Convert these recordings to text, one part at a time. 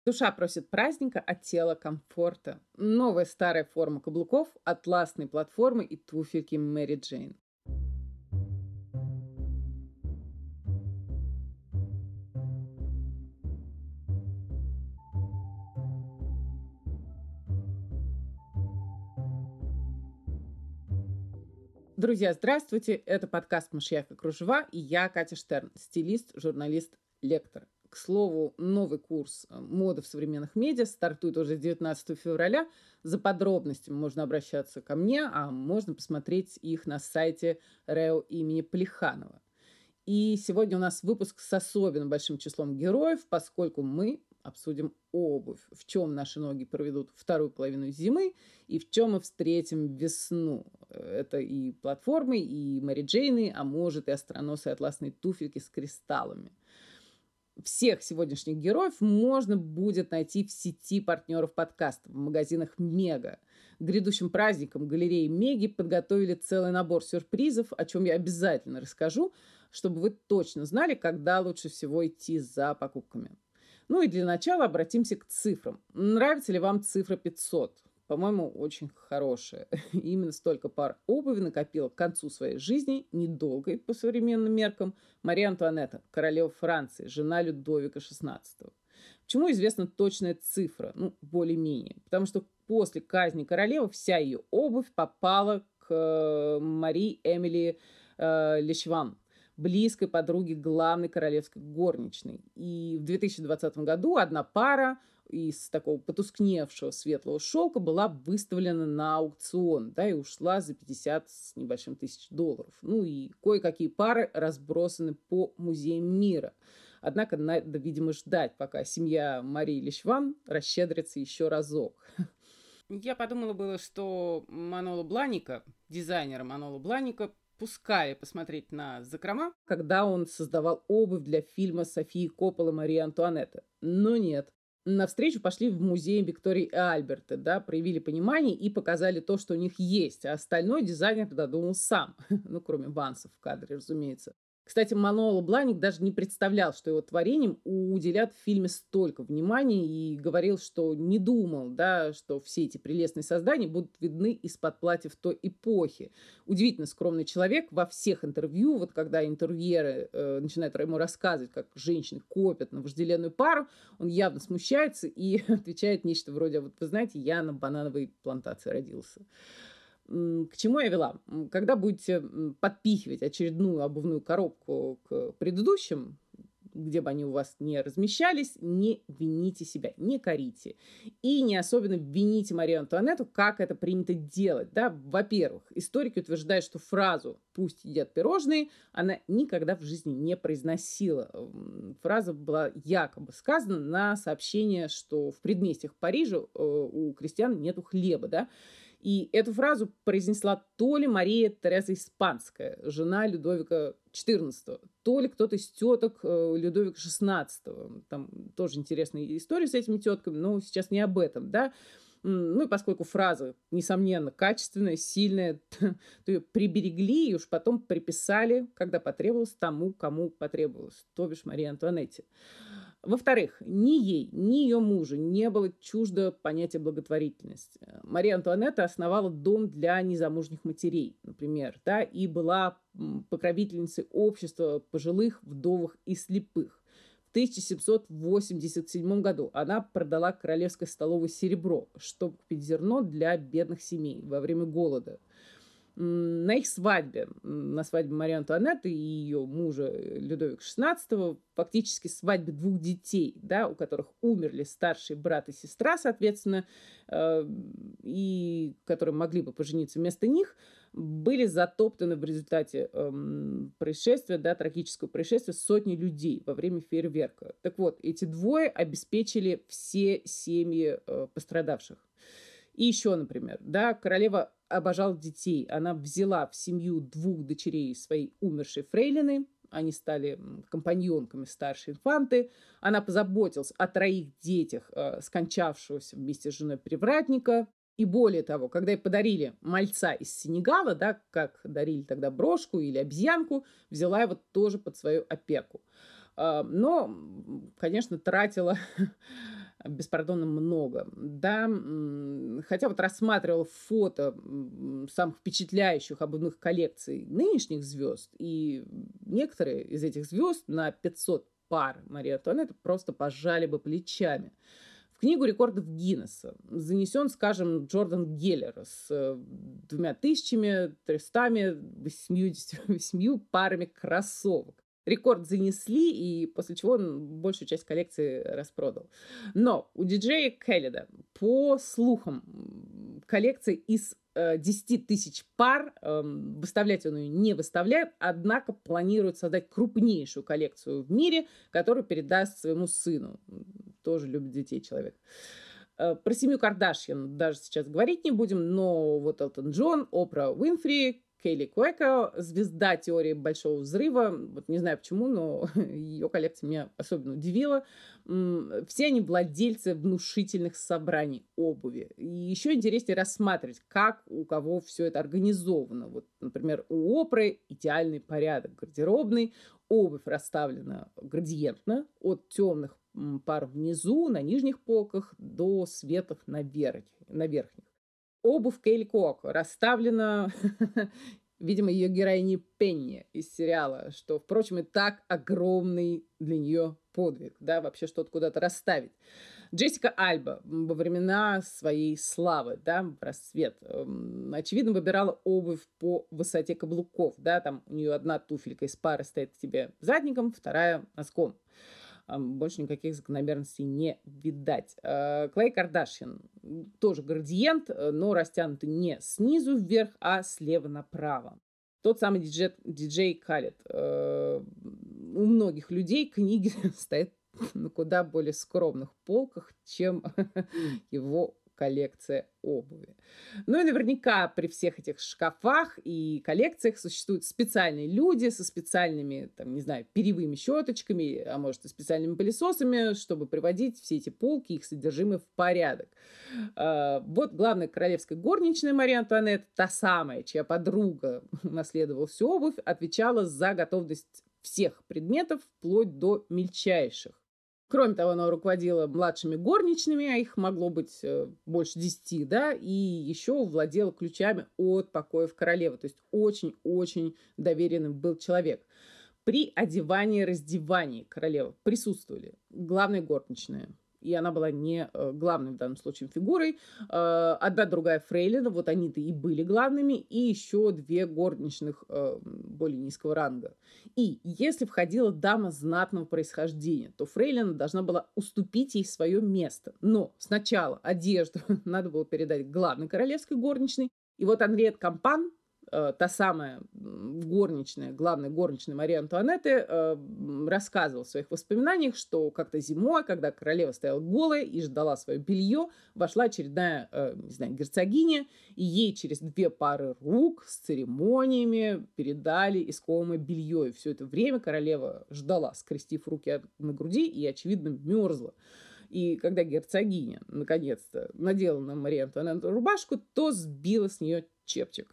Душа просит праздника, а тело комфорта. Новая старая форма каблуков, атласные платформы и туфельки Мэри Джейн. Друзья, здравствуйте! Это подкаст «Мышьяк и кружева» и я, Катя Штерн, стилист, журналист, лектор. К слову, новый курс «Мода в современных медиа» стартует уже 19 февраля. За подробностями можно обращаться ко мне, а можно посмотреть их на сайте РЭО имени Плеханова. И сегодня у нас выпуск с особенно большим числом героев, поскольку мы обсудим обувь, в чем наши ноги проведут вторую половину зимы и в чем мы встретим весну. Это и платформы, и Мэри Джейны, а может и остроносые атласные туфельки с кристаллами. Всех сегодняшних героев можно будет найти в сети партнеров подкаста, в магазинах «Мега». К грядущим праздникам галереи «Меги» подготовили целый набор сюрпризов, о чем я обязательно расскажу, чтобы вы точно знали, когда лучше всего идти за покупками. Ну и для начала обратимся к цифрам. Нравится ли вам цифра 500? По-моему, очень хорошая. Именно столько пар обуви накопила к концу своей жизни, недолгой по современным меркам, Мария Антуанетта, королева Франции, жена Людовика XVI. Почему известна точная цифра? Более-менее. Потому что после казни королевы вся ее обувь попала к Мари Эмили Лешван, близкой подруге главной королевской горничной. И в 2020 году одна пара из такого потускневшего светлого шелка была выставлена на аукцион, и ушла за 50 с небольшим тысяч долларов. И кое-какие пары разбросаны по музеям мира. Однако надо, видимо, ждать, пока семья Марии Лешван расщедрится еще разок. Я подумала было, что Манола Бланика, дизайнера Манола Бланика, пускали посмотреть на закрома, когда он создавал обувь для фильма Софии Копполы «Мария Антуанетта». Но нет. Навстречу пошли в музей Виктории и Альберта, проявили понимание и показали то, что у них есть, а остальной дизайнер додумал сам. Кроме Вансов в кадре, разумеется. Кстати, Манола Бланик даже не представлял, что его творениям уделят в фильме столько внимания, и говорил, что не думал, что все эти прелестные создания будут видны из-под платьев той эпохи. Удивительно скромный человек. Во всех интервью, когда интервьюеры начинают ему рассказывать, как женщины копят на вожделенную пару, он явно смущается и отвечает нечто вроде: «Вы знаете, я на банановой плантации родился». К чему я вела? Когда будете подпихивать очередную обувную коробку к предыдущим, где бы они у вас не размещались, не вините себя, не корите. И не особенно вините Марию Антуанетту, как это принято делать. Во-первых, историки утверждают, что фразу «пусть едят пирожные» она никогда в жизни не произносила. Фраза была якобы сказана на сообщение, что в предместьях Парижа у крестьян нету хлеба, И эту фразу произнесла то ли Мария Тереза Испанская, жена Людовика XIV, то ли кто-то из теток Людовика XVI. Там тоже интересная история с этими тетками, но сейчас не об этом, и поскольку фраза, несомненно, качественная, сильная, то ее приберегли и уж потом приписали, когда потребовалось, тому, кому потребовалось, то бишь Марии Антуанетте. Во-вторых, ни ей, ни ее мужу не было чуждо понятия благотворительности. Мария Антуанетта основала дом для незамужних матерей, например, и была покровительницей общества пожилых, вдовых и слепых. В 1787 году она продала королевской столовой серебро, чтобы купить зерно для бедных семей во время голода. На их свадьбе, на свадьбе Марии Антуанетты и ее мужа Людовика XVI, фактически свадьбе двух детей, у которых умерли старший брат и сестра, соответственно, и которые могли бы пожениться вместо них, были затоптаны в результате происшествия, трагического происшествия сотни людей во время фейерверка. Так вот, эти двое обеспечили все семьи пострадавших. И еще, например, королева обожала детей. Она взяла в семью двух дочерей своей умершей фрейлины. Они стали компаньонками старшей инфанты. Она позаботилась о 3 детях скончавшегося вместе с женой привратника. И более того, когда ей подарили мальца из Сенегала, как дарили тогда брошку или обезьянку, взяла его тоже под свою опеку. Но, конечно, тратила беспардонно много. Да, хотя вот рассматривал фото самых впечатляющих обувных коллекций нынешних звезд, и некоторые из этих звезд на 500 пар Марии Антуанетты просто пожали бы плечами. В книгу рекордов Гиннесса занесен, скажем, Джордан Геллер с 2388 парами кроссовок. Рекорд занесли, и после чего он большую часть коллекции распродал. Но у диджея Кэллида, по слухам, коллекция из 10 тысяч пар, выставлять он ее не выставляет, однако планирует создать крупнейшую коллекцию в мире, которую передаст своему сыну. Тоже любит детей человек. Про семью Кардашьян даже сейчас говорить не будем, но вот Элтон Джон, Опра Уинфри, Кейли Куэко, звезда теории Большого взрыва. Вот не знаю почему, но ее коллекция меня особенно удивила. Все они владельцы внушительных собраний обуви. И еще интереснее рассматривать, как у кого все это организовано. Вот, например, у Опры идеальный порядок гардеробный, обувь расставлена градиентно от темных пар внизу, на нижних полках, до светлых на верхних. Обувь Кейли Куоко расставлена, видимо, ее героини Пенни из сериала, что, впрочем, и так огромный для нее подвиг, да, вообще что-то куда-то расставить. Джессика Альба во времена своей славы, да, в расцвет, очевидно, выбирала обувь по высоте каблуков, да, там у нее одна туфелька из пары стоит к тебе задником, вторая носком. Больше никаких закономерностей не видать. Клей Кардашьян тоже градиент, но растянутый не снизу вверх, а слева направо. Тот самый диджей Калед. У многих людей книги стоят на куда более скромных полках, чем его коллекция обуви. Ну и наверняка при всех этих шкафах и коллекциях существуют специальные люди со специальными, там, не знаю, перьевыми щеточками, а может и специальными пылесосами, чтобы приводить все эти полки и их содержимое в порядок. Вот главная королевская горничная Мария Антуанетта, та самая, чья подруга наследовала всю обувь, отвечала за готовность всех предметов, вплоть до мельчайших. Кроме того, она руководила младшими горничными, а их могло быть больше 10, да, и еще владела ключами от покоев королевы. То есть очень-очень доверенным был человек. При одевании и раздевании королевы присутствовали главная горничная, и она была не главной в данном случае фигурой. Одна другая фрейлина, вот они-то и были главными, и еще 2 горничных более низкого ранга. И если входила дама знатного происхождения, то фрейлина должна была уступить ей свое место. Но сначала одежду надо было передать главной королевской горничной. И вот Анриет Кампан, та самая главная горничная Марии Антуанетты, рассказывала в своих воспоминаниях, что как-то зимой, когда королева стояла голая и ждала свое белье, вошла очередная, не знаю, герцогиня, и ей через 2 пары рук с церемониями передали искомое белье. И все это время королева ждала, скрестив руки на груди, и, очевидно, мерзла. И когда герцогиня наконец-то надела на Марию Антуанетту рубашку, то сбила с нее чепчик.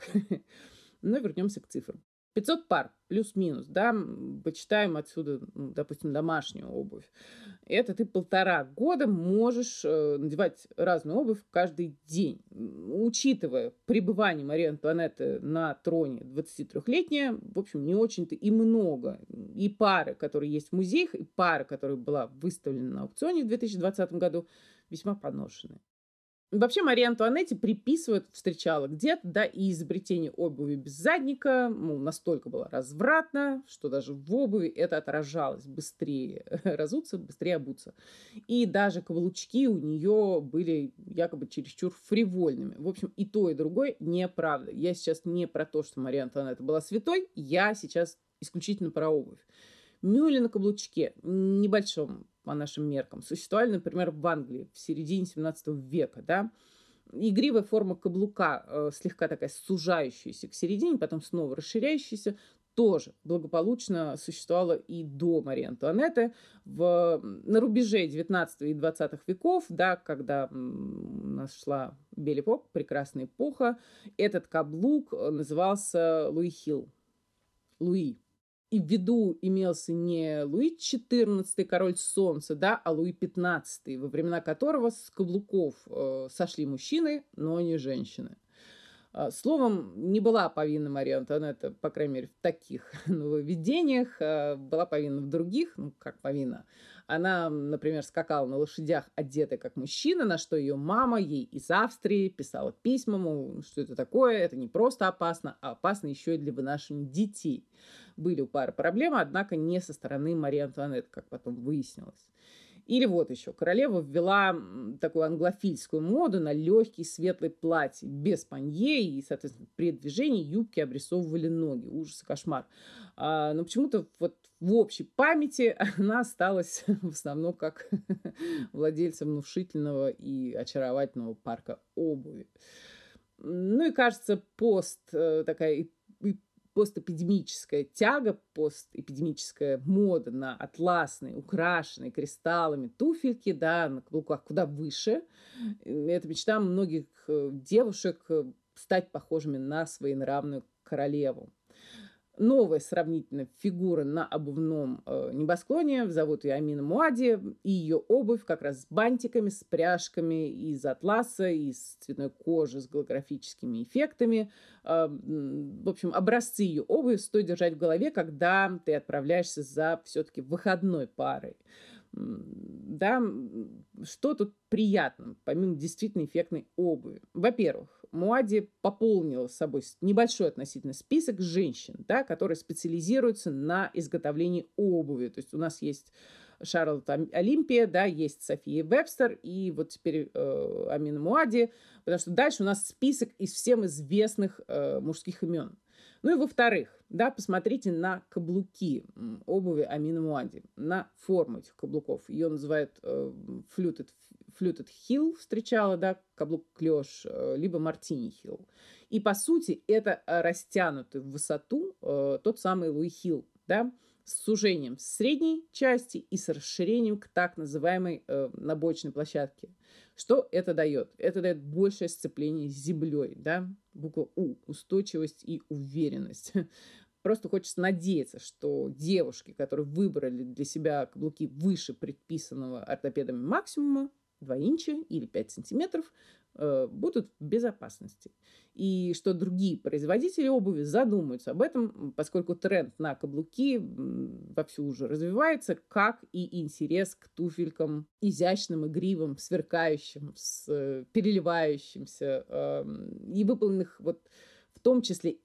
Но вернемся к цифрам. 500 пар, плюс-минус, да, почитаем отсюда, допустим, домашнюю обувь. Это ты 1,5 года можешь надевать разную обувь каждый день. Учитывая пребывание Марии Антуанетты на троне 23-летняя, в общем, не очень-то и много. И пары, которые есть в музеях, и пара, которая была выставлена на аукционе в 2020 году, весьма поношены. Вообще Марии Антуанетте приписывают, встречала где-то, да, и изобретение обуви без задника, настолько было развратно, что даже в обуви это отражалось: быстрее разуться, быстрее обуться. И даже каблучки у нее были якобы чересчур фривольными. В общем, и то, и другое неправда. Я сейчас не про то, что Мария Антуанетта была святой, я сейчас исключительно про обувь. Мюли на каблучке, небольшом по нашим меркам, существовали, например, в Англии в середине 17 века, да. Игривая форма каблука, слегка такая сужающаяся к середине, потом снова расширяющаяся, тоже благополучно существовала и до Марии Антуанетты. На рубеже 19 и 20 веков, да, когда у нас шла Бель-эпоха, прекрасная эпоха, этот каблук назывался Луи Хилл. Луи. И в виду имелся не Луи XIV, король солнца, да, а Луи XV, во времена которого с каблуков сошли мужчины, но не женщины. Словом, не была повинна Мария Антуанетта, по крайней мере, в таких нововведениях, была повинна в других, ну, как повинна. Она, например, скакала на лошадях, одетая как мужчина, на что ее мама ей из Австрии писала письма, мол, что это такое, это не просто опасно, а опасно еще и для вынашивания детей. Были у пары проблемы, однако не со стороны Марии Антуанетты, как потом выяснилось. Или вот еще, королева ввела такую англофильскую моду на легкие светлые платья без панье, и, соответственно, при движении юбки обрисовывали ноги. Ужас и кошмар. Но почему-то вот в общей памяти она осталась в основном как владельцем внушительного и очаровательного парка обуви. Ну и, кажется, такая постэпидемическая тяга, постэпидемическая мода на атласные, украшенные кристаллами туфельки, да, на каблуках куда выше. Это мечта многих девушек стать похожими на своенравную королеву. Новая сравнительная фигура на обувном небосклоне. Зовут ее Амина Муади. И ее обувь как раз с бантиками, с пряжками из атласа, из цветной кожи с голографическими эффектами. В общем, образцы ее обуви стоит держать в голове, когда ты отправляешься за все-таки выходной парой. Да, что тут приятно, помимо действительно эффектной обуви? Во-первых, Муади пополнила с собой небольшой относительно список женщин, да, которые специализируются на изготовлении обуви. То есть у нас есть Шарлотт Олимпия, да, есть София Вебстер и вот теперь Амина Муади, потому что дальше у нас список из всем известных мужских имен. Ну и во-вторых, да, посмотрите на каблуки обуви Амины Муади, на форму этих каблуков. Ее называют fluted heel, встречала, да, каблук клеш, либо мартини heel. И по сути это растянутый в высоту тот самый Луи Хилл, да, с сужением средней части и с расширением к так называемой набочной площадке. Что это дает? Это дает большее сцепление с землей, да? Буква У, устойчивость и уверенность. Просто хочется надеяться, что девушки, которые выбрали для себя каблуки выше предписанного ортопедами максимума, 2 инча или 5 сантиметров, будут в безопасности. И что другие производители обуви задумаются об этом, поскольку тренд на каблуки вовсю уже развивается, как и интерес к туфелькам изящным, игривым, сверкающим, переливающимся и выполненных вот в том числе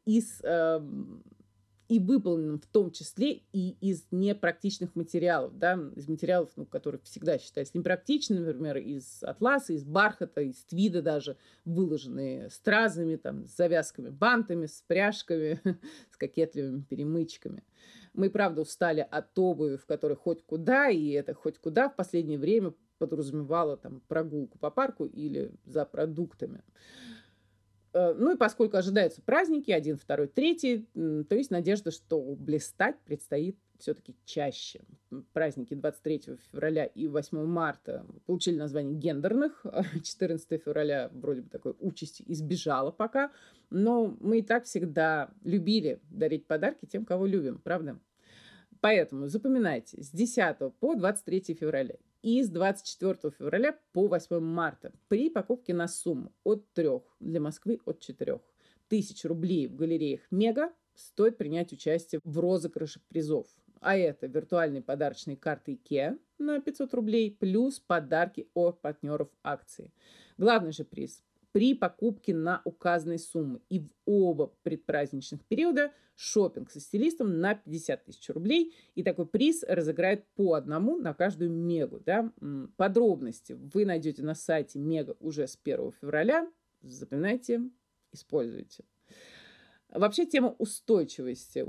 выполненным в том числе и из непрактичных материалов, да, из материалов, ну, которые всегда считаются непрактичными, например, из атласа, из бархата, из твида даже, выложенные стразами, там, с завязками, бантами, с пряжками, с кокетливыми перемычками. Мы, правда, устали от обуви, в которой хоть куда, и это хоть куда в последнее время подразумевало там прогулку по парку или за продуктами. Ну и поскольку ожидаются праздники, 1, 2, 3, то есть надежда, что блистать предстоит все-таки чаще. Праздники 23 февраля и 8 марта получили название гендерных. 14 февраля вроде бы такой участи избежала пока. Но мы и так всегда любили дарить подарки тем, кого любим, правда? Поэтому запоминайте, с 10 по 23 февраля и с 24 февраля по 8 марта при покупке на сумму от 3, для Москвы от 4 тысяч рублей в галереях «Мега» стоит принять участие в розыгрыше призов. А это виртуальные подарочные карты IKEA на 500 рублей плюс подарки от партнеров акции. Главный же приз при покупке на указанной суммы и в оба предпраздничных периода шопинг со стилистом на 50 тысяч рублей. И такой приз разыграет по одному на каждую мегу. Да? Подробности вы найдете на сайте Мега уже с 1 февраля. Запоминайте, используйте. Вообще тема устойчивости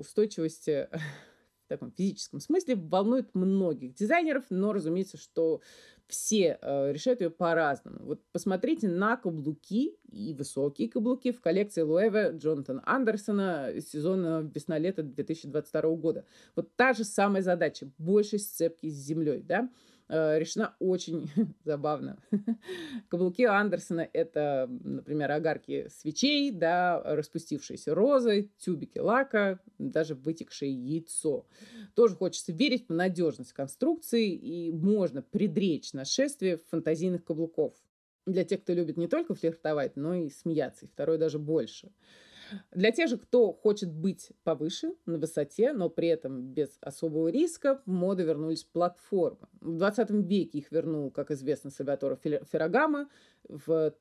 в таком физическом смысле волнует многих дизайнеров, но разумеется, что все решают ее по-разному. Вот посмотрите на каблуки и высокие каблуки в коллекции Loewe Джонатана Андерсона сезона весна-лето 2022 года. Вот та же самая задача, большей сцепки с землей, да? решена очень забавно. Каблуки Андерсона — это, например, огарки свечей, да, распустившиеся розы, тюбики лака, даже вытекшее яйцо. Тоже хочется верить в надежность конструкции, и можно предречь нашествие фантазийных каблуков. Для тех, кто любит не только флиртовать, но и смеяться, и второй даже больше. Для тех же, кто хочет быть повыше, на высоте, но при этом без особого риска, в моду вернулись платформы. В 20 веке их вернул, как известно, Сальваторе Феррагамо. В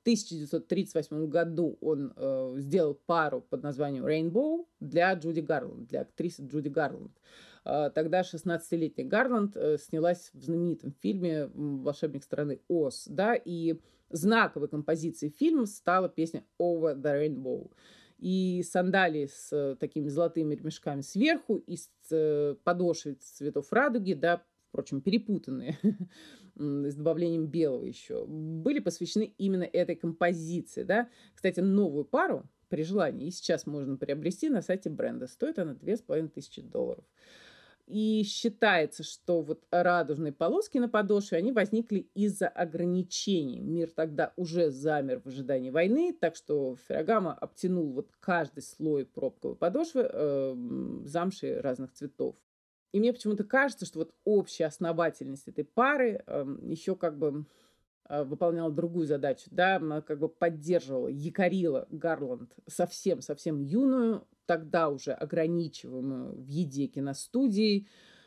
1938 году он сделал пару под названием Rainbow для Джуди Гарланд, для актрисы Джуди Гарланд. Тогда 16-летняя Гарланд снялась в знаменитом фильме «Волшебник страны Оз», да, и знаковой композицией фильма стала песня «Over the Rainbow». И сандалии с такими золотыми ремешками сверху, и с подошвой цветов радуги, да, впрочем, перепутанные, с добавлением белого еще, были посвящены именно этой композиции, да. Кстати, новую пару при желании и сейчас можно приобрести на сайте бренда. Стоит она $2500. И считается, что вот радужные полоски на подошве, они возникли из-за ограничений. Мир тогда уже замер в ожидании войны, так что Феррагамо обтянул вот каждый слой пробковой подошвы замшей разных цветов. И мне почему-то кажется, что вот общая основательность этой пары еще как бы выполняла другую задачу, да, она как бы поддерживала, якорила Гарланд совсем юную, тогда уже ограничиваемую в еде киностудии,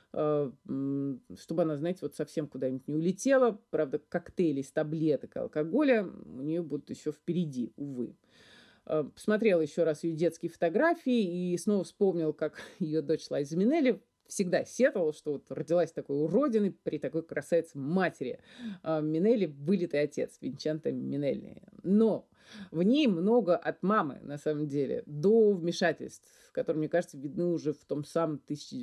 чтобы она, знаете, вот совсем куда-нибудь не улетела. Правда, коктейли из таблеток и алкоголя у нее будут еще впереди, увы. Посмотрела еще раз ее детские фотографии и снова вспомнил, как ее дочь Лайза Минелли всегда сетовала, что вот родилась такой уродиной при такой красавице матери. Минелли — вылитый отец, Винченто Минелли. Но в ней много от мамы, на самом деле, до вмешательств, которые, мне кажется, видны уже в том самом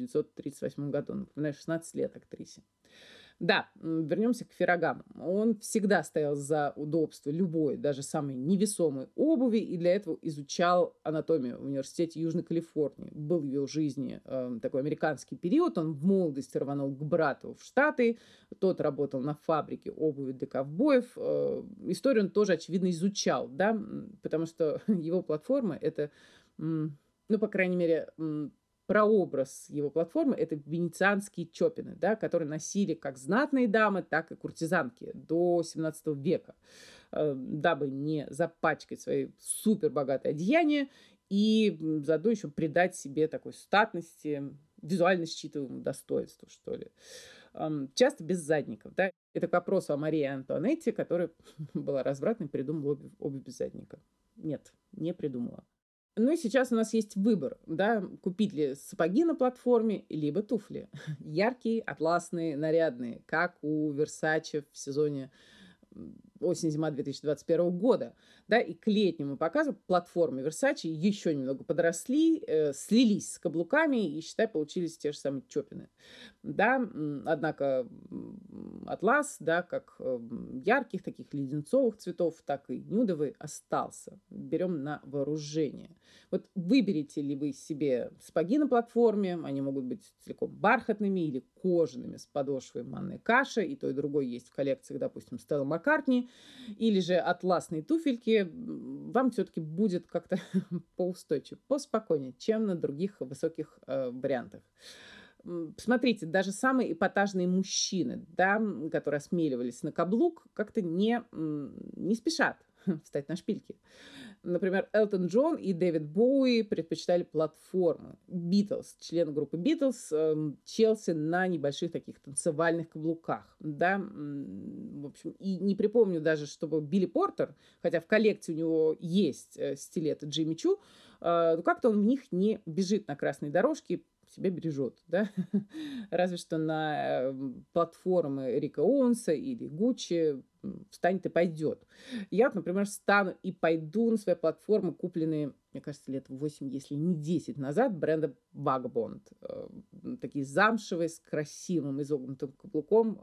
1938 году. Напоминаю, 16 лет актрисе. Да, вернемся к Феррагамо. Он всегда стоял за удобство любой, даже самой невесомой обуви, и для этого изучал анатомию в университете Южной Калифорнии. Был в его жизни такой американский период. Он в молодости рванул к брату в Штаты. Тот работал на фабрике обуви для ковбоев. Историю он тоже, очевидно, изучал, да, потому что его платформа — это, ну, по крайней мере, прообраз его платформы — это венецианские чопины, да, которые носили как знатные дамы, так и куртизанки до 17 века, дабы не запачкать свои супербогатые одеяния и заодно еще придать себе такой статности, визуально считываемому достоинству, что ли. Часто без задников, да. Это к вопросу о Марии Антуанетте, которая была развратной и придумала обувь без задника. Нет, не придумала. Ну и сейчас у нас есть выбор, да, купить ли сапоги на платформе, либо туфли. Яркие, атласные, нарядные, как у Versace в сезоне осень-зима 2021 года. Да, и к летнему показу платформы Versace еще немного подросли, слились с каблуками и, считай, получились те же самые чопины. Да, однако атлас, да, как ярких таких леденцовых цветов, так и нюдовый остался. Берем на вооружение. Вот выберете ли вы себе сапоги на платформе, они могут быть целиком бархатными или кожаными с подошвой манной каши, и то, и другое есть в коллекциях, допустим, Стелла Маккартни, или же атласные туфельки, вам все-таки будет как-то поустойчивее, поспокойнее, чем на других высоких вариантах. Смотрите, даже самые эпатажные мужчины, да, которые осмеливались на каблук, как-то не спешат встать на шпильки. Например, Элтон Джон и Дэвид Боуи предпочитали платформы. Битлз, члены группы Битлз, Челси на небольших таких танцевальных каблуках. Да? В общем, и не припомню даже, чтобы Билли Портер, хотя в коллекции у него есть стилеты Джимми Чу, как-то он в них не бежит на красной дорожке, себя бережет, да? Разве что на платформы Рика Оуэнса или Гуччи встанет и пойдет. Я, например, встану и пойду на свои платформы, купленные, мне кажется, лет 8, если не 10 назад, бренда Vagabond. Такие замшевые, с красивым изогнутым каблуком.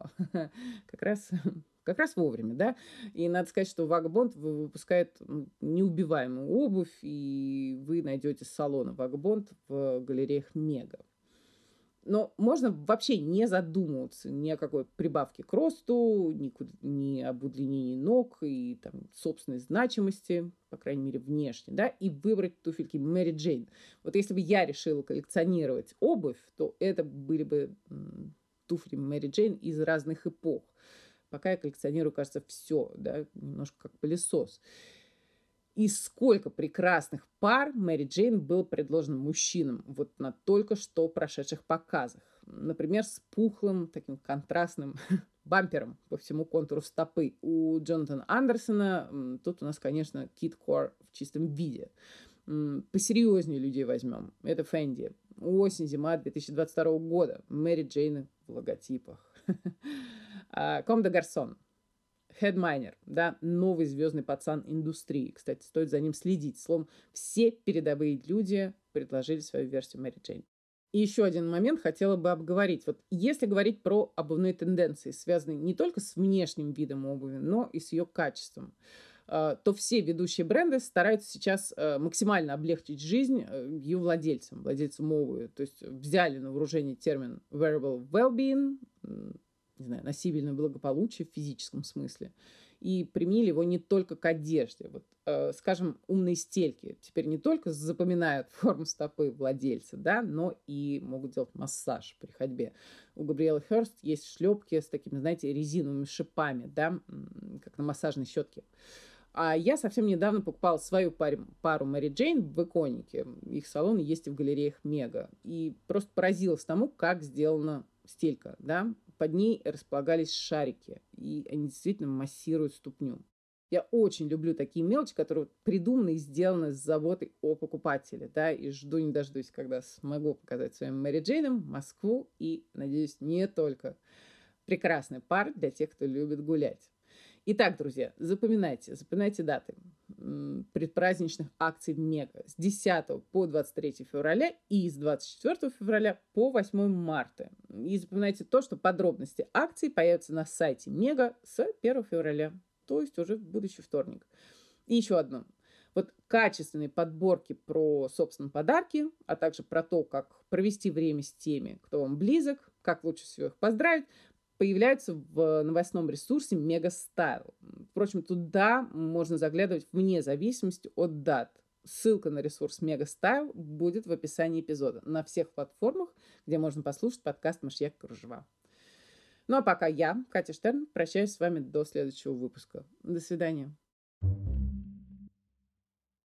Как раз вовремя, да. И надо сказать, что Vagabond выпускает неубиваемую обувь, и вы найдете салоны Vagabond в галереях Мега. Но можно вообще не задумываться ни о какой прибавке к росту, ни об удлинении ног и там, собственной значимости, по крайней мере, внешне, да, и выбрать туфельки Мэри Джейн. Вот если бы я решила коллекционировать обувь, то это были бы туфли Мэри Джейн из разных эпох. Пока я коллекционирую, кажется, все, да, немножко как пылесос. И сколько прекрасных пар Мэри Джейн было предложено мужчинам вот на только что прошедших показах. Например, с пухлым, таким контрастным бампером по всему контуру стопы. У Джонатана Андерсона тут у нас, конечно, Kid Core в чистом виде. Посерьезнее людей возьмем. Это Фенди. Осень-зима 2022 года. Мэри Джейн в логотипах. Comme des Garçons. Headminer, да, новый звездный пацан индустрии. Кстати, стоит за ним следить. Словом, все передовые люди предложили свою версию Мэри Джейн. И еще один момент хотела бы обговорить. Вот если говорить про обувные тенденции, связанные не только с внешним видом обуви, но и с ее качеством, то все ведущие бренды стараются сейчас максимально облегчить жизнь ее владельцам обуви. То есть взяли на вооружение термин wearable well-being, не знаю, носибельное благополучие в физическом смысле, и применили его не только к одежде. Вот, скажем, умные стельки теперь не только запоминают форму стопы владельца, да, но и могут делать массаж при ходьбе. У Габриэлы Хёрст есть шлепки с такими, знаете, резиновыми шипами, да, как на массажной щетке. А я совсем недавно покупала свою пару Мэри Джейн в Иконике. Их салоны есть и в галереях Мега. И просто поразилась тому, как сделана стелька, да. Под ней располагались шарики, и они действительно массируют ступню. Я очень люблю такие мелочи, которые придуманы и сделаны с заботой о покупателе, да, и жду не дождусь, когда смогу показать своим Мэри Джейнам Москву и, надеюсь, не только. Прекрасный пар для тех, кто любит гулять. Итак, друзья, запоминайте даты предпраздничных акций в Мега с 10 по 23 февраля и с 24 февраля по 8 марта. И запоминайте то, что подробности акций появятся на сайте Мега с 1 февраля, то есть уже в будущий вторник. И еще одно. Вот качественные подборки про, собственно, подарки, а также про то, как провести время с теми, кто вам близок, как лучше всего их поздравить, появляются в новостном ресурсе Mega Style. Впрочем, туда можно заглядывать вне зависимости от дат. Ссылка на ресурс Mega Style будет в описании эпизода на всех платформах, где можно послушать подкаст «Мышьяк кружева». Ну а пока я, Катя Штерн, прощаюсь с вами до следующего выпуска. До свидания.